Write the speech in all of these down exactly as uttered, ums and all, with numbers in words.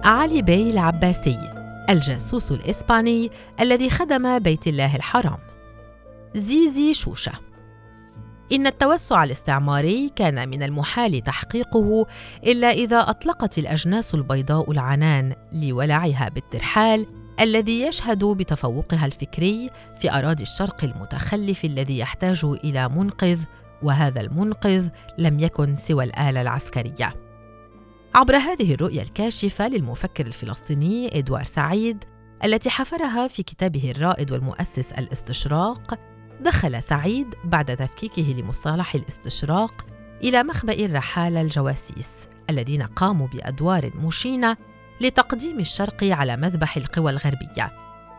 علي بي العباسي، الجاسوس الإسباني الذي خدم بيت الله الحرام. زيزي شوشة. إن التوسع الاستعماري كان من المحال تحقيقه إلا إذا أطلقت الأجناس البيضاء العنان لولعها بالترحال الذي يشهد بتفوقها الفكري في أراضي الشرق المتخلف الذي يحتاج إلى منقذ، وهذا المنقذ لم يكن سوى الآلة العسكرية. عبر هذه الرؤية الكاشفة للمفكر الفلسطيني إدوار سعيد التي حفرها في كتابه الرائد والمؤسس الاستشراق، دخل سعيد بعد تفكيكه لمصطلح الاستشراق إلى مخبأ الرحالة الجواسيس الذين قاموا بأدوار مشينة لتقديم الشرق على مذبح القوى الغربية.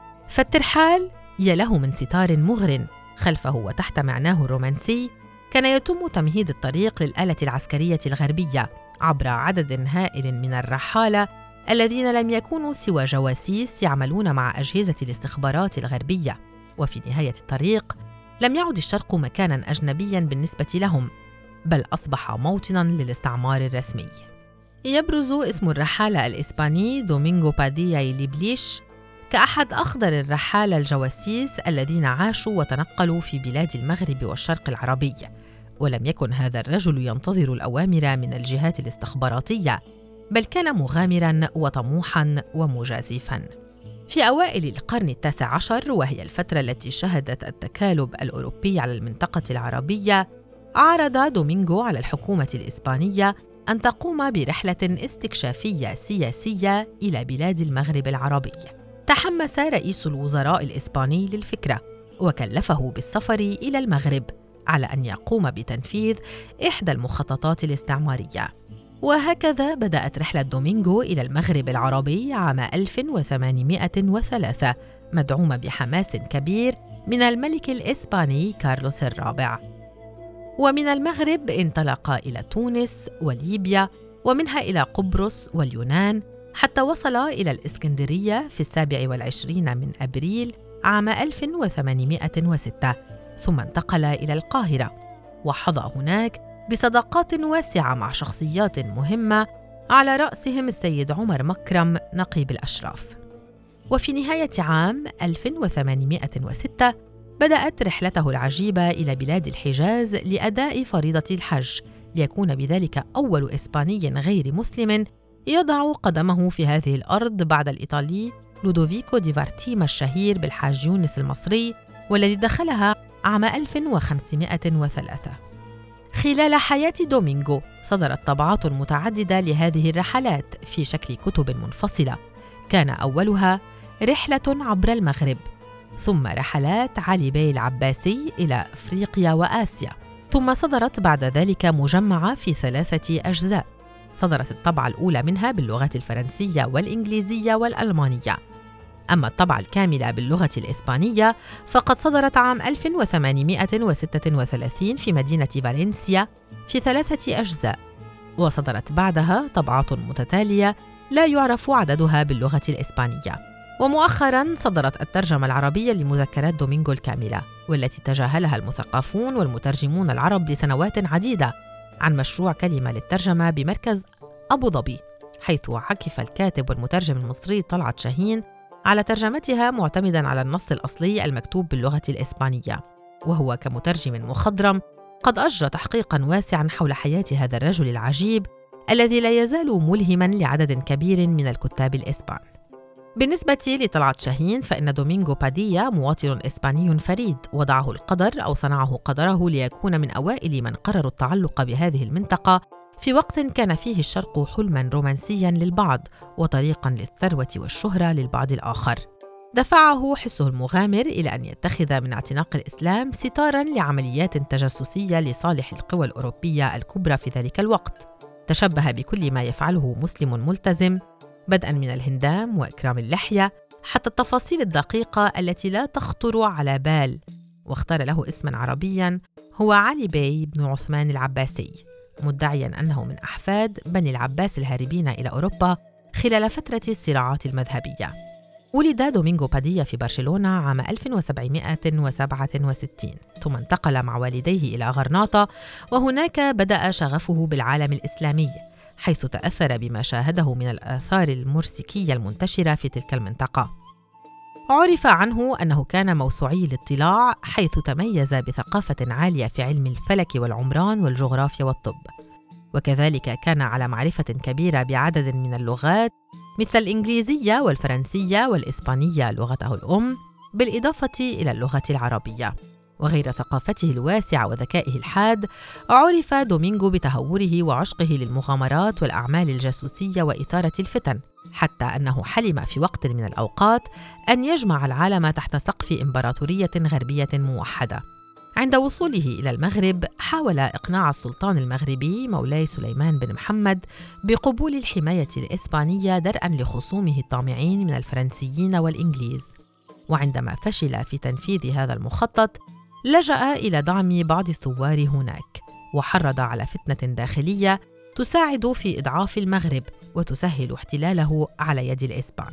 فالترحال يله من ستار مغر خلفه وتحت معناه الرومانسي كان يتم تمهيد الطريق للآلة العسكرية الغربية عبر عدد هائل من الرحالة الذين لم يكونوا سوى جواسيس يعملون مع أجهزة الاستخبارات الغربية. وفي نهاية الطريق لم يعد الشرق مكاناً أجنبياً بالنسبة لهم، بل أصبح موطناً للاستعمار الرسمي. يبرز اسم الرحالة الإسباني دومينغو باديا إليبليش كأحد أخضر الرحالة الجواسيس الذين عاشوا وتنقلوا في بلاد المغرب والشرق العربي، ولم يكن هذا الرجل ينتظر الأوامر من الجهات الاستخباراتية، بل كان مغامراً وطموحاً ومجازفاً. في أوائل القرن التاسع عشر، وهي الفترة التي شهدت التكالب الأوروبي على المنطقة العربية، عرض دومينغو على الحكومة الإسبانية أن تقوم برحلة استكشافية سياسية إلى بلاد المغرب العربي. تحمس رئيس الوزراء الإسباني للفكرة وكلفه بالسفر إلى المغرب على أن يقوم بتنفيذ إحدى المخططات الاستعمارية. وهكذا بدأت رحلة دومينغو إلى المغرب العربي عام ألف وثمانمائة وثلاثة، مدعومة بحماس كبير من الملك الإسباني كارلوس الرابع. ومن المغرب انطلق إلى تونس وليبيا، ومنها إلى قبرص واليونان، حتى وصل إلى الإسكندرية في السابع والعشرين من أبريل عام ألف وثمانمائة وستة، ثم انتقل إلى القاهرة وحظى هناك بصداقات واسعة مع شخصيات مهمة، على رأسهم السيد عمر مكرم نقيب الأشراف. وفي نهاية عام ألف وثمانمائة وستة بدأت رحلته العجيبة إلى بلاد الحجاز لأداء فريضة الحج، ليكون بذلك أول إسباني غير مسلم يضع قدمه في هذه الأرض بعد الإيطالي لودوفيكو دي فارتيما الشهير بالحاج يونس المصري، والذي دخلها عام ألف وخمسمائة وثلاثة. خلال حياة دومينغو صدرت طبعات متعددة لهذه الرحلات في شكل كتب منفصلة، كان أولها رحلة عبر المغرب، ثم رحلات علي بي العباسي إلى أفريقيا وآسيا، ثم صدرت بعد ذلك مجمعة في ثلاثة أجزاء. صدرت الطبعة الأولى منها باللغة الفرنسية والإنجليزية والألمانية، أما الطبعة الكاملة باللغة الإسبانية فقد صدرت عام ألف وثمانمائة وستة وثلاثين في مدينة فالنسيا في ثلاثة أجزاء، وصدرت بعدها طبعات متتالية لا يعرف عددها باللغة الإسبانية. ومؤخراً صدرت الترجمة العربية لمذكرات دومينغو الكاملة، والتي تجاهلها المثقفون والمترجمون العرب لسنوات عديدة عن مشروع كلمة للترجمة بمركز أبو ظبي، حيث عكف الكاتب والمترجم المصري طلعت شاهين على ترجمتها معتمداً على النص الأصلي المكتوب باللغة الإسبانية. وهو كمترجم مخضرم قد أجرى تحقيقاً واسعاً حول حياة هذا الرجل العجيب الذي لا يزال ملهماً لعدد كبير من الكتاب الإسبان. بالنسبة لطلعت شاهين فإن دومينغو باديا مواطن إسباني فريد، وضعه القدر أو صنعه قدره ليكون من أوائل من قرروا التعلق بهذه المنطقة في وقت كان فيه الشرق حلماً رومانسياً للبعض وطريقاً للثروة والشهرة للبعض الآخر. دفعه حسه المغامر إلى أن يتخذ من اعتناق الإسلام ستاراً لعمليات تجسسية لصالح القوى الأوروبية الكبرى في ذلك الوقت. تشبه بكل ما يفعله مسلم ملتزم، بدءاً من الهندام وإكرام اللحية حتى التفاصيل الدقيقة التي لا تخطر على بال، واختار له اسماً عربياً هو علي بي بن عثمان العباسي، مدعياً أنه من أحفاد بني العباس الهاربين إلى أوروبا خلال فترة الصراعات المذهبية. ولد دومينغو باديا في برشلونة عام ألف وسبعمائة وسبعة وستين، ثم انتقل مع والديه إلى غرناطة، وهناك بدأ شغفه بالعالم الإسلامي، حيث تأثر بما شاهده من الآثار المورسيكية المنتشرة في تلك المنطقة. عرف عنه أنه كان موسوعي الاطلاع، حيث تميز بثقافة عالية في علم الفلك والعمران والجغرافيا والطب، وكذلك كان على معرفة كبيرة بعدد من اللغات مثل الإنجليزية والفرنسية والإسبانية لغته الأم، بالإضافة إلى اللغة العربية. وغير ثقافته الواسعة وذكائه الحاد، عرف دومينغو بتهوره وعشقه للمغامرات والأعمال الجاسوسية وإثارة الفتن، حتى أنه حلم في وقت من الأوقات أن يجمع العالم تحت سقف إمبراطورية غربية موحدة. عند وصوله إلى المغرب، حاول إقناع السلطان المغربي مولاي سليمان بن محمد بقبول الحماية الإسبانية درءاً لخصومه الطامعين من الفرنسيين والإنجليز. وعندما فشل في تنفيذ هذا المخطط، لجأ إلى دعم بعض الثوار هناك، وحرض على فتنة داخلية تساعد في إضعاف المغرب وتسهل احتلاله على يد الإسبان.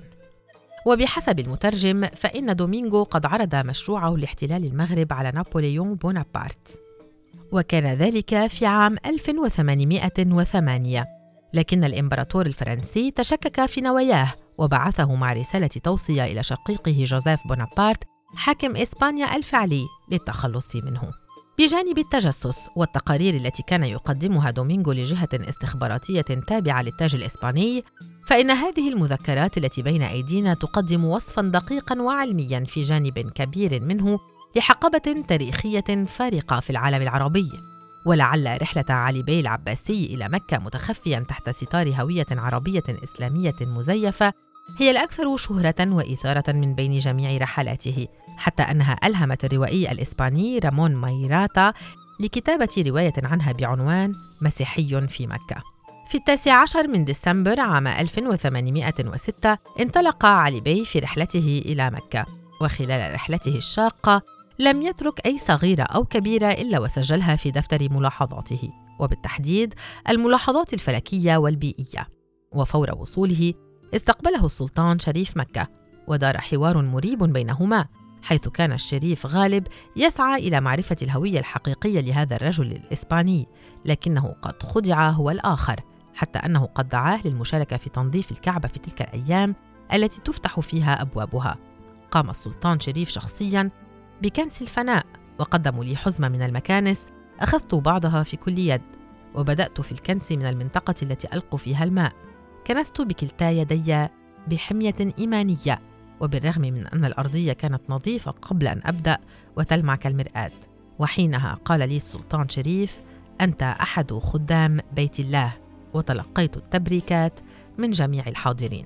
وبحسب المترجم، فإن دومينغو قد عرض مشروعه لاحتلال المغرب على نابليون بونابرت، وكان ذلك في عام ألف وثمانمائة وثمانية، لكن الإمبراطور الفرنسي تشكك في نواياه وبعثه مع رسالة توصية إلى شقيقه جوزيف بونابرت حاكم إسبانيا الفعلي للتخلص منه. بجانب التجسس والتقارير التي كان يقدمها دومينغو لجهة استخباراتية تابعة للتاج الإسباني، فإن هذه المذكرات التي بين أيدينا تقدم وصفاً دقيقاً وعلمياً في جانب كبير منه لحقبة تاريخية فارقة في العالم العربي. ولعل رحلة علي بي العباسي إلى مكة متخفياً تحت ستار هوية عربية إسلامية مزيفة هي الأكثر شهرة وإثارة من بين جميع رحلاته، حتى أنها ألهمت الروائي الإسباني رامون مايراتا لكتابة رواية عنها بعنوان مسيحي في مكة. في التاسع عشر من ديسمبر عام ألف وثمانمائة وستة انطلق علي بي في رحلته إلى مكة، وخلال رحلته الشاقة لم يترك أي صغيرة أو كبيرة إلا وسجلها في دفتر ملاحظاته، وبالتحديد الملاحظات الفلكية والبيئية. وفور وصوله استقبله السلطان شريف مكة، ودار حوار مريب بينهما، حيث كان الشريف غالب يسعى إلى معرفة الهوية الحقيقية لهذا الرجل الإسباني، لكنه قد خدع هو الآخر، حتى أنه قد دعاه للمشاركة في تنظيف الكعبة في تلك الأيام التي تفتح فيها أبوابها. قام السلطان شريف شخصياً بكنس الفناء، وقدموا لي حزمة من المكانس أخذت بعضها في كل يد، وبدأت في الكنس من المنطقة التي ألقوا فيها الماء. كنست بكلتا يدي بحمية إيمانية، وبالرغم من أن الأرضية كانت نظيفة قبل أن أبدأ وتلمع كالمرآة. وحينها قال لي السلطان شريف: أنت أحد خدام بيت الله. وتلقيت التبريكات من جميع الحاضرين.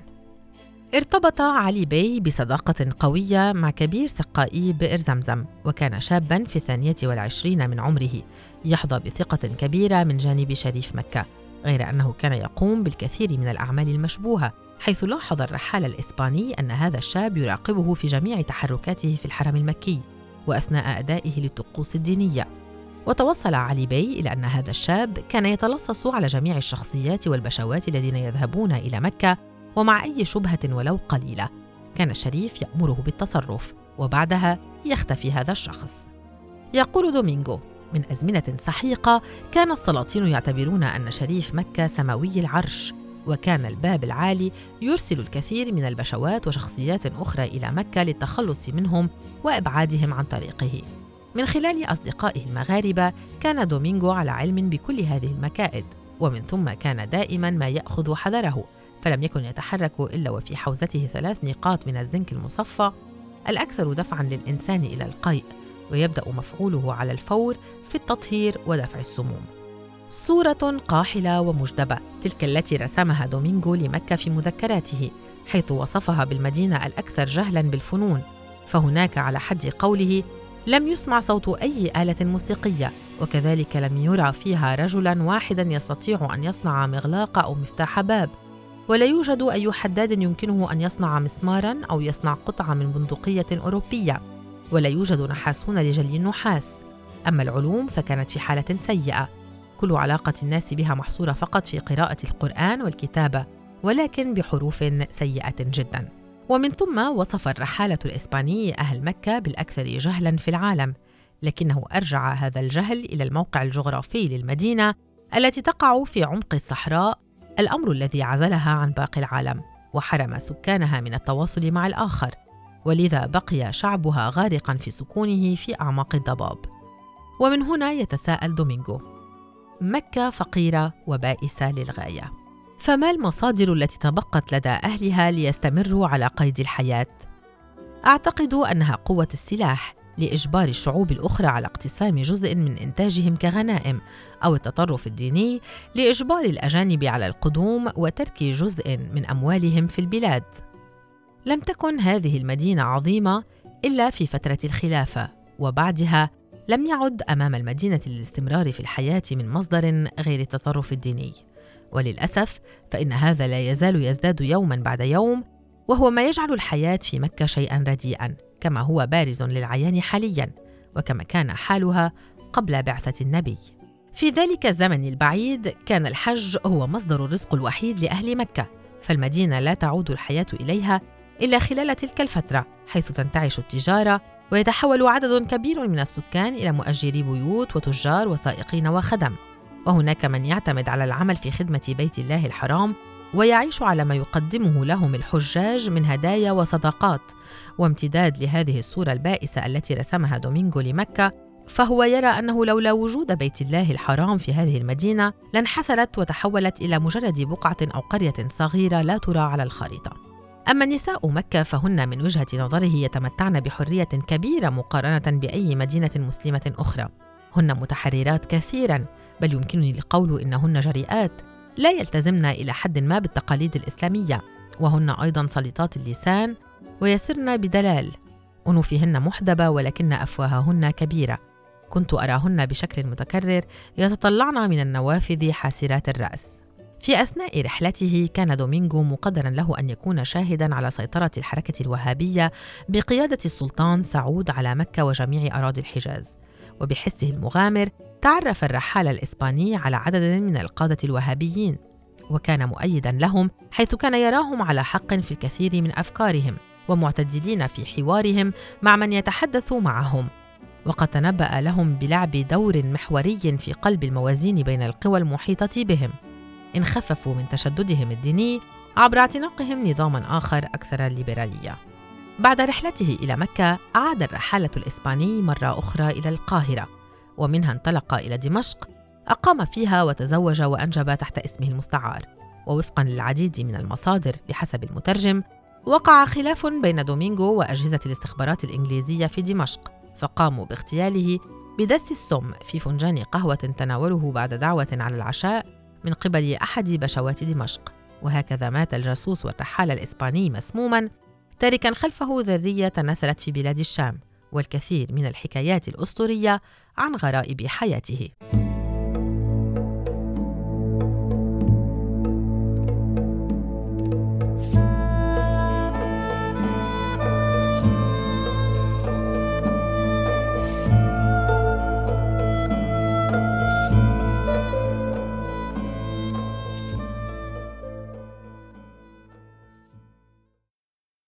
ارتبط علي بي بصداقة قوية مع كبير سقائي بئر زمزم، وكان شاباً في الثانية والعشرين من عمره يحظى بثقة كبيرة من جانب شريف مكة، غير أنه كان يقوم بالكثير من الأعمال المشبوهة، حيث لاحظ الرحالة الإسباني أن هذا الشاب يراقبه في جميع تحركاته في الحرم المكي وأثناء أدائه للطقوس الدينية. وتوصل علي بي إلى أن هذا الشاب كان يتلصص على جميع الشخصيات والبشوات الذين يذهبون إلى مكة، ومع أي شبهة ولو قليلة كان الشريف يأمره بالتصرف، وبعدها يختفي هذا الشخص. يقول دومينغو: من أزمنة سحيقة كان السلاطين يعتبرون أن شريف مكة سماوي العرش، وكان الباب العالي يرسل الكثير من البشوات وشخصيات أخرى إلى مكة للتخلص منهم وإبعادهم عن طريقه. من خلال أصدقائه المغاربة كان دومينغو على علم بكل هذه المكائد، ومن ثم كان دائما ما يأخذ حذره، فلم يكن يتحرك إلا وفي حوزته ثلاث نقاط من الزنك المصفى الأكثر دفعا للإنسان إلى القيء، ويبدأ مفعوله على الفور في التطهير ودفع السموم. صورة قاحلة ومجدبة تلك التي رسمها دومينغو لمكة في مذكراته، حيث وصفها بالمدينة الأكثر جهلاً بالفنون، فهناك على حد قوله لم يسمع صوت أي آلة موسيقية، وكذلك لم يرى فيها رجلاً واحداً يستطيع أن يصنع مغلاق أو مفتاح باب، ولا يوجد أي حداد يمكنه أن يصنع مسماراً أو يصنع قطعة من بندقية أوروبية، ولا يوجد نحاسون لجلي النحاس. أما العلوم فكانت في حالة سيئة، كل علاقة الناس بها محصورة فقط في قراءة القرآن والكتابة، ولكن بحروف سيئة جداً. ومن ثم وصف الرحالة الإسباني أهل مكة بالأكثر جهلاً في العالم، لكنه أرجع هذا الجهل إلى الموقع الجغرافي للمدينة التي تقع في عمق الصحراء الأمر الذي عزلها عن باقي العالم وحرم سكانها من التواصل مع الآخر، ولذا بقي شعبها غارقاً في سكونه في أعماق الضباب. ومن هنا يتساءل دومينغو: مكة فقيرة وبائسة للغاية، فما المصادر التي تبقت لدى أهلها ليستمروا على قيد الحياة؟ أعتقد أنها قوة السلاح لإجبار الشعوب الأخرى على اقتسام جزء من إنتاجهم كغنائم، أو التطرف الديني لإجبار الأجانب على القدوم وترك جزء من أموالهم في البلاد. لم تكن هذه المدينة عظيمة إلا في فترة الخلافة، وبعدها لم يعد أمام المدينة للاستمرار في الحياة من مصدر غير التطرف الديني. وللأسف فإن هذا لا يزال يزداد يوماً بعد يوم، وهو ما يجعل الحياة في مكة شيئاً رديئاً، كما هو بارز للعيان حالياً، وكما كان حالها قبل بعثة النبي. في ذلك الزمن البعيد كان الحج هو مصدر الرزق الوحيد لأهل مكة، فالمدينة لا تعود الحياة إليها إلا خلال تلك الفترة، حيث تنتعش التجارة ويتحول عدد كبير من السكان إلى مؤجري بيوت وتجار وسائقين وخدم. وهناك من يعتمد على العمل في خدمة بيت الله الحرام ويعيش على ما يقدمه لهم الحجاج من هدايا وصدقات. وامتداد لهذه الصورة البائسة التي رسمها دومينغو لمكة، فهو يرى أنه لولا وجود بيت الله الحرام في هذه المدينة لانحسرت وتحولت إلى مجرد بقعة أو قرية صغيرة لا ترى على الخريطة. أما نساء مكة فهن من وجهة نظره يتمتعن بحرية كبيرة مقارنة بأي مدينة مسلمة أخرى. هن متحررات كثيراً، بل يمكنني القول إنهن جريئات، لا يلتزمن إلى حد ما بالتقاليد الإسلامية، وهن أيضاً سليطات اللسان ويسرن بدلال. أنوفهن محدبة ولكن أفواههن كبيرة. كنت أراهن بشكل متكرر يتطلعن من النوافذ حاسرات الرأس. في أثناء رحلته كان دومينغو مقدراً له أن يكون شاهداً على سيطرة الحركة الوهابية بقيادة السلطان سعود على مكة وجميع أراضي الحجاز. وبحسه المغامر تعرف الرحالة الإسباني على عدد من القادة الوهابيين، وكان مؤيداً لهم، حيث كان يراهم على حق في الكثير من أفكارهم ومعتدلين في حوارهم مع من يتحدث معهم. وقد تنبأ لهم بلعب دور محوري في قلب الموازين بين القوى المحيطة بهم، إن خففوا من تشددهم الديني عبر اعتناقهم نظاماً آخر أكثر ليبرالية. بعد رحلته إلى مكة عاد الرحالة الإسباني مرة أخرى إلى القاهرة، ومنها انطلق إلى دمشق، أقام فيها وتزوج وأنجب تحت اسمه المستعار. ووفقاً للعديد من المصادر بحسب المترجم، وقع خلاف بين دومينغو وأجهزة الاستخبارات الإنجليزية في دمشق، فقاموا باغتياله بدس السم في فنجان قهوة تناوله بعد دعوة على العشاء من قبل أحد بشوات دمشق. وهكذا مات الجاسوس والرحال الإسباني مسموماً، تاركاً خلفه ذرية تناسلت في بلاد الشام، والكثير من الحكايات الأسطورية عن غرائب حياته.